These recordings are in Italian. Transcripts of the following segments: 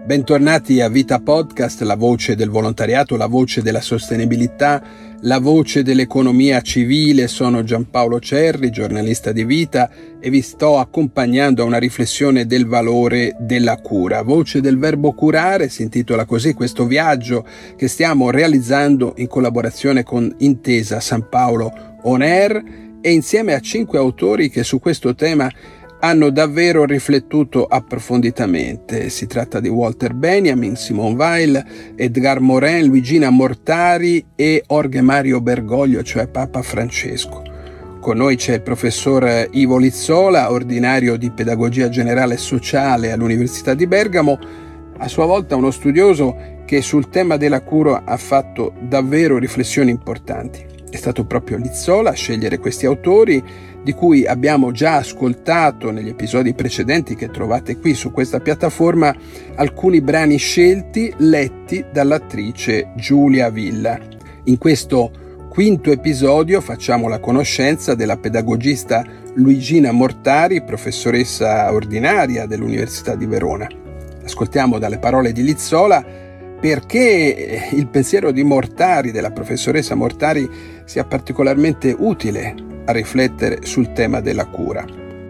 Bentornati a Vita Podcast, la voce del volontariato, la voce della sostenibilità, la voce dell'economia civile. Sono Giampaolo Cerri, giornalista di Vita, e vi sto accompagnando a una riflessione del valore della cura. Voce del verbo curare si intitola così questo viaggio che stiamo realizzando in collaborazione con Intesa San Paolo On Air e insieme a 5 autori che su questo tema hanno davvero riflettuto approfonditamente. Si tratta di Walter Benjamin, Simone Weil, Edgar Morin, Luigina Mortari e Jorge Mario Bergoglio, cioè Papa Francesco. Con noi c'è il professor Ivo Lizzola, ordinario di Pedagogia Generale e Sociale all'Università di Bergamo, a sua volta uno studioso che sul tema della cura ha fatto davvero riflessioni importanti. È stato proprio Lizzola a scegliere questi autori, di cui abbiamo già ascoltato negli episodi precedenti che trovate qui su questa piattaforma alcuni brani scelti letti dall'attrice Giulia Villa. In questo quinto episodio facciamo la conoscenza della pedagogista Luigina Mortari, professoressa ordinaria dell'Università di Verona. Ascoltiamo dalle parole di Lizzola perché il pensiero di Mortari, della professoressa Mortari, sia particolarmente utile a riflettere sul tema della cura.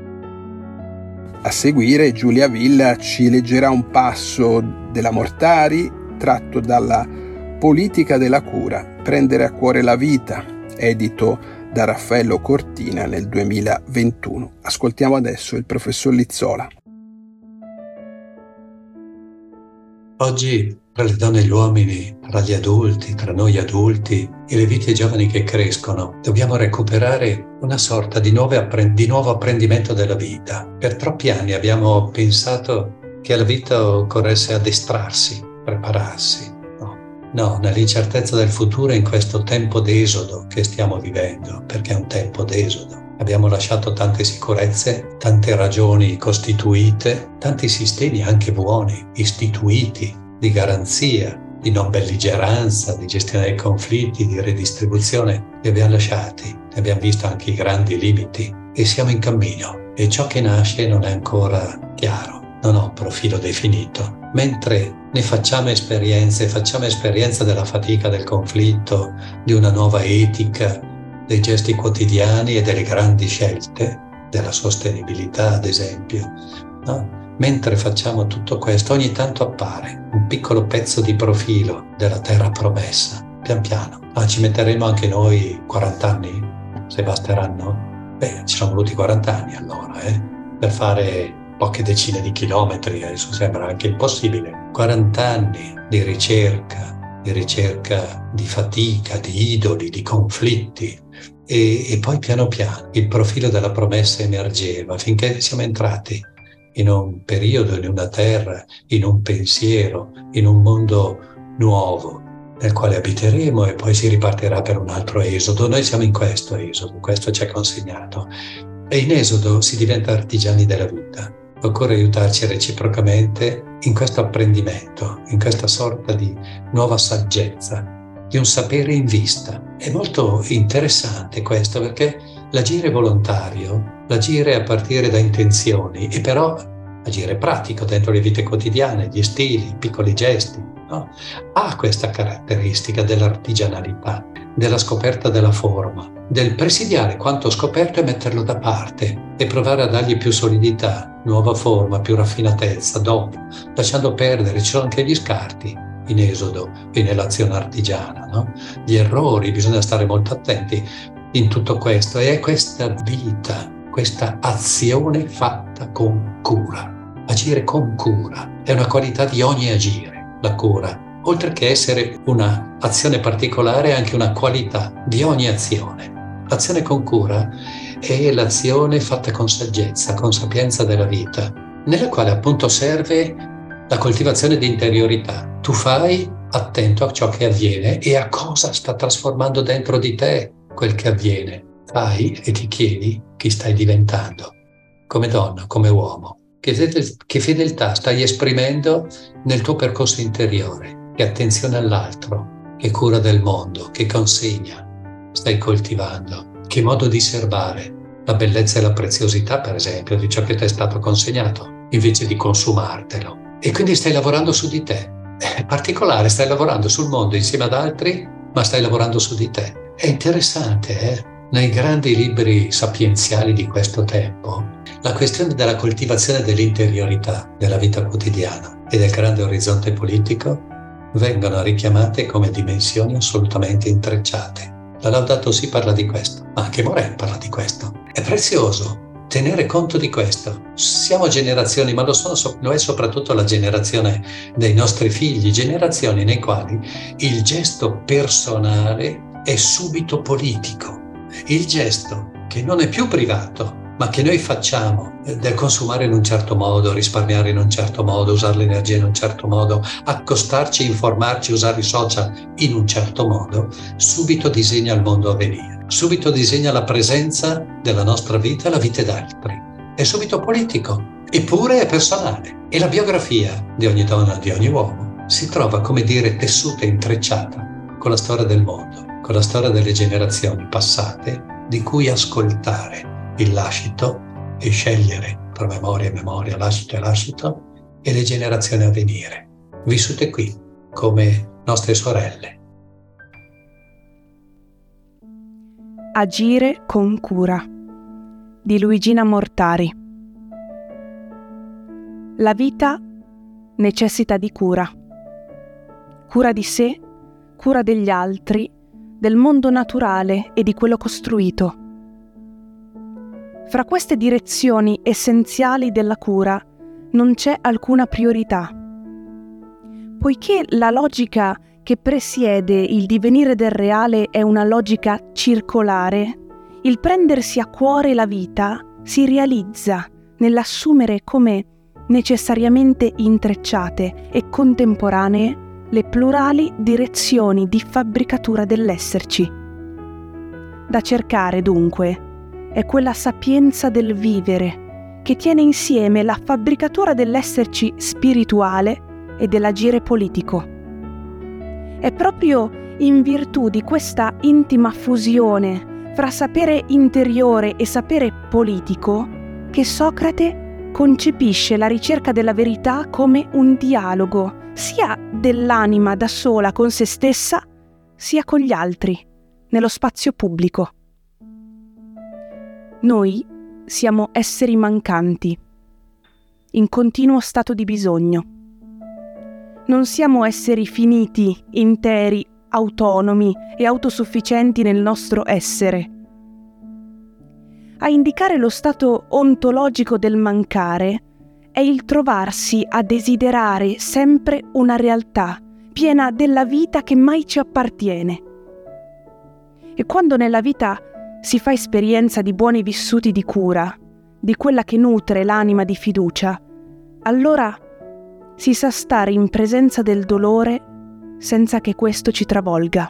A seguire Giulia Villa ci leggerà un passo della Mortari tratto dalla Politica della cura, prendere a cuore la vita, edito da Raffaello Cortina nel 2021. Ascoltiamo adesso il professor Lizzola. Oggi, tra le donne e gli uomini, tra gli adulti, tra noi adulti e le vite giovani che crescono, dobbiamo recuperare una sorta di nuovo apprendimento della vita. Per troppi anni abbiamo pensato che alla vita occorresse addestrarsi, prepararsi. No, nell'incertezza del futuro, in questo tempo d'esodo che stiamo vivendo, perché è un tempo d'esodo. Abbiamo lasciato tante sicurezze, tante ragioni costituite, tanti sistemi anche buoni, istituiti, di garanzia, di non belligeranza, di gestione dei conflitti, di redistribuzione. Li abbiamo lasciati, ne abbiamo visto anche i grandi limiti e siamo in cammino. E ciò che nasce non è ancora chiaro, non ha un profilo definito. Mentre ne facciamo esperienza della fatica del conflitto, di una nuova etica, dei gesti quotidiani e delle grandi scelte, della sostenibilità ad esempio, no? Mentre facciamo tutto questo, ogni tanto appare un piccolo pezzo di profilo della terra promessa, pian piano. Ci metteremo anche noi 40 anni, se basteranno? Ci sono voluti 40 anni allora, per fare poche decine di chilometri, adesso sembra anche impossibile. 40 anni di ricerca, di fatica, di idoli, di conflitti. E poi piano piano il profilo della promessa emergeva finché siamo entrati in un periodo, in una terra, in un pensiero, in un mondo nuovo nel quale abiteremo e poi si ripartirà per un altro esodo. Noi siamo in questo esodo, questo ci è consegnato. E in esodo si diventa artigiani della vita. Occorre aiutarci reciprocamente in questo apprendimento, in questa sorta di nuova saggezza, di un sapere in vista. È molto interessante questo perché l'agire volontario, l'agire a partire da intenzioni e però agire pratico dentro le vite quotidiane, gli stili, i piccoli gesti, no? Ha questa caratteristica dell'artigianalità, della scoperta della forma, del presidiare quanto scoperto e metterlo da parte e provare a dargli più solidità, nuova forma, più raffinatezza dopo, lasciando perdere, ci sono anche gli scarti in esodo e nell'azione artigiana, no? Gli errori, bisogna stare molto attenti in tutto questo e è questa vita, questa azione fatta con cura. Agire con cura è una qualità di ogni agire, la cura. Oltre che essere una azione particolare è anche una qualità di ogni azione. L'azione con cura è l'azione fatta con saggezza, con sapienza della vita, nella quale appunto serve la coltivazione di interiorità. Tu fai attento a ciò che avviene e a cosa sta trasformando dentro di te quel che avviene. Fai e ti chiedi chi stai diventando, come donna, come uomo. Che fedeltà stai esprimendo nel tuo percorso interiore, che attenzione all'altro, che cura del mondo, che consegna stai coltivando, che modo di serbare la bellezza e la preziosità, per esempio, di ciò che ti è stato consegnato, invece di consumartelo. E quindi stai lavorando su di te. È particolare, stai lavorando sul mondo insieme ad altri, ma stai lavorando su di te. È interessante, Nei grandi libri sapienziali di questo tempo, la questione della coltivazione dell'interiorità della vita quotidiana e del grande orizzonte politico vengono richiamate come dimensioni assolutamente intrecciate. La Laudato Si parla di questo, ma anche Morel parla di questo. È prezioso tenere conto di questo. Siamo generazioni, ma lo è soprattutto la generazione dei nostri figli, generazioni nei quali il gesto personale è subito politico. Il gesto che non è più privato, ma che noi facciamo del consumare in un certo modo, risparmiare in un certo modo, usare l'energia in un certo modo, accostarci, informarci, usare i social in un certo modo, subito disegna il mondo a venire, subito disegna la presenza della nostra vita e la vita di altri. È subito politico, eppure è personale. E la biografia di ogni donna, di ogni uomo, si trova, come dire, tessuta e intrecciata con la storia del mondo, con la storia delle generazioni passate, di cui ascoltare il lascito e scegliere tra memoria e memoria, lascito e lascito, e le generazioni a venire, vissute qui come nostre sorelle. Agire con cura di Luigina Mortari. La vita necessita di cura di sé, cura degli altri, del mondo naturale e di quello costruito. Fra queste direzioni essenziali della cura non c'è alcuna priorità. Poiché la logica che presiede il divenire del reale è una logica circolare, il prendersi a cuore la vita si realizza nell'assumere come necessariamente intrecciate e contemporanee le plurali direzioni di fabbricatura dell'esserci. Da cercare, dunque, è quella sapienza del vivere che tiene insieme la fabbricatura dell'esserci spirituale e dell'agire politico. È proprio in virtù di questa intima fusione fra sapere interiore e sapere politico che Socrate concepisce la ricerca della verità come un dialogo sia dell'anima da sola con se stessa, sia con gli altri, nello spazio pubblico. Noi siamo esseri mancanti, in continuo stato di bisogno. Non siamo esseri finiti, interi, autonomi e autosufficienti nel nostro essere. A indicare lo stato ontologico del mancare è il trovarsi a desiderare sempre una realtà piena della vita che mai ci appartiene. E quando nella vita si fa esperienza di buoni vissuti di cura, di quella che nutre l'anima di fiducia, allora si sa stare in presenza del dolore senza che questo ci travolga.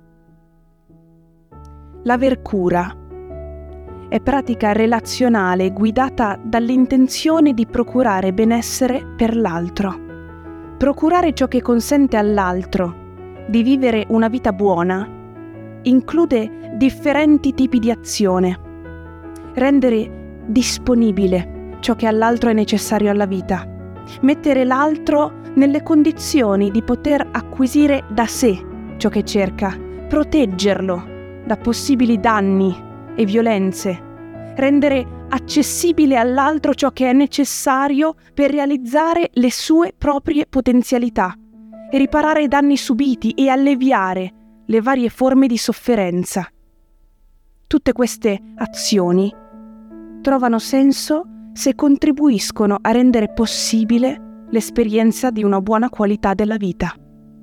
L'aver cura è pratica relazionale guidata dall'intenzione di procurare benessere per l'altro. Procurare ciò che consente all'altro di vivere una vita buona include differenti tipi di azione. Rendere disponibile ciò che all'altro è necessario alla vita. Mettere l'altro nelle condizioni di poter acquisire da sé ciò che cerca. Proteggerlo da possibili danni e violenze. Rendere accessibile all'altro ciò che è necessario per realizzare le sue proprie potenzialità e riparare i danni subiti e alleviare le varie forme di sofferenza. Tutte queste azioni trovano senso se contribuiscono a rendere possibile l'esperienza di una buona qualità della vita.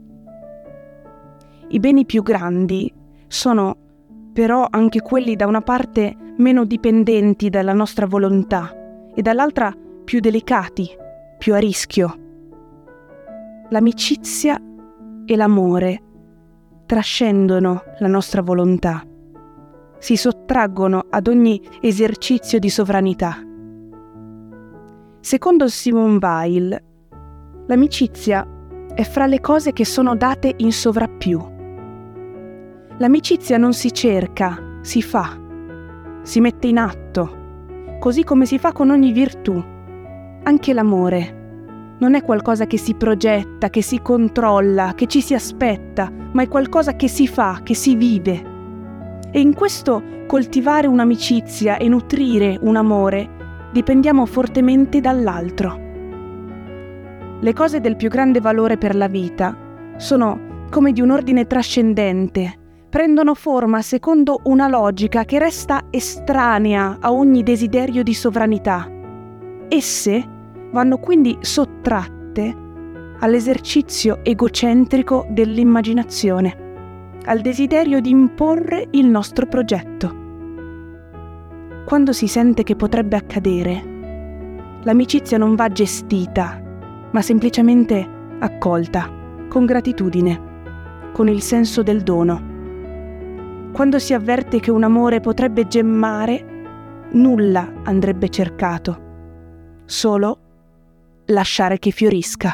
I beni più grandi sono però anche quelli da una parte meno dipendenti dalla nostra volontà e dall'altra più delicati, più a rischio. L'amicizia e l'amore trascendono la nostra volontà, si sottraggono ad ogni esercizio di sovranità. Secondo Simone Weil, l'amicizia è fra le cose che sono date in sovrappiù. L'amicizia non si cerca, si fa, si mette in atto, così come si fa con ogni virtù, anche l'amore. non è qualcosa che si progetta, che si controlla, che ci si aspetta, ma è qualcosa che si fa, che si vive. E in questo coltivare un'amicizia e nutrire un amore dipendiamo fortemente dall'altro. Le cose del più grande valore per la vita sono come di un ordine trascendente, prendono forma secondo una logica che resta estranea a ogni desiderio di sovranità. Esse vanno quindi sottratte all'esercizio egocentrico dell'immaginazione, al desiderio di imporre il nostro progetto. Quando si sente che potrebbe accadere, l'amicizia non va gestita, ma semplicemente accolta, con gratitudine, con il senso del dono. Quando si avverte che un amore potrebbe gemmare, nulla andrebbe cercato, solo lasciare che fiorisca.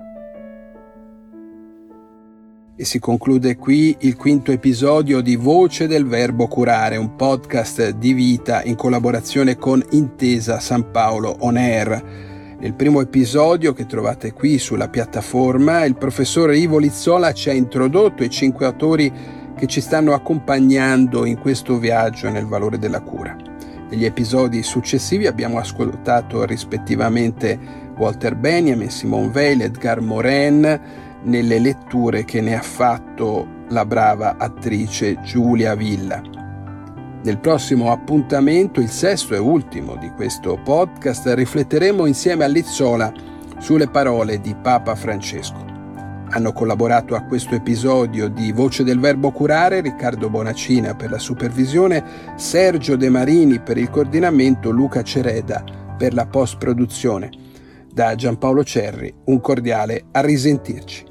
E si conclude qui il 5° episodio di Voce del Verbo Curare, un podcast di vita in collaborazione con Intesa San Paolo On Air. Nel primo episodio, che trovate qui sulla piattaforma, il professore Ivo Lizzola ci ha introdotto i 5 autori che ci stanno accompagnando in questo viaggio nel valore della cura. Negli episodi successivi abbiamo ascoltato rispettivamente Walter Benjamin, Simone Weil, Edgar Morin, nelle letture che ne ha fatto la brava attrice Giulia Villa. Nel prossimo appuntamento, il 6° e ultimo di questo podcast, rifletteremo insieme a Lizzola sulle parole di Papa Francesco. Hanno collaborato a questo episodio di Voce del Verbo Curare Riccardo Bonacina per la supervisione, Sergio De Marini per il coordinamento, Luca Cereda per la post-produzione. Da Giampaolo Cerri un cordiale a risentirci.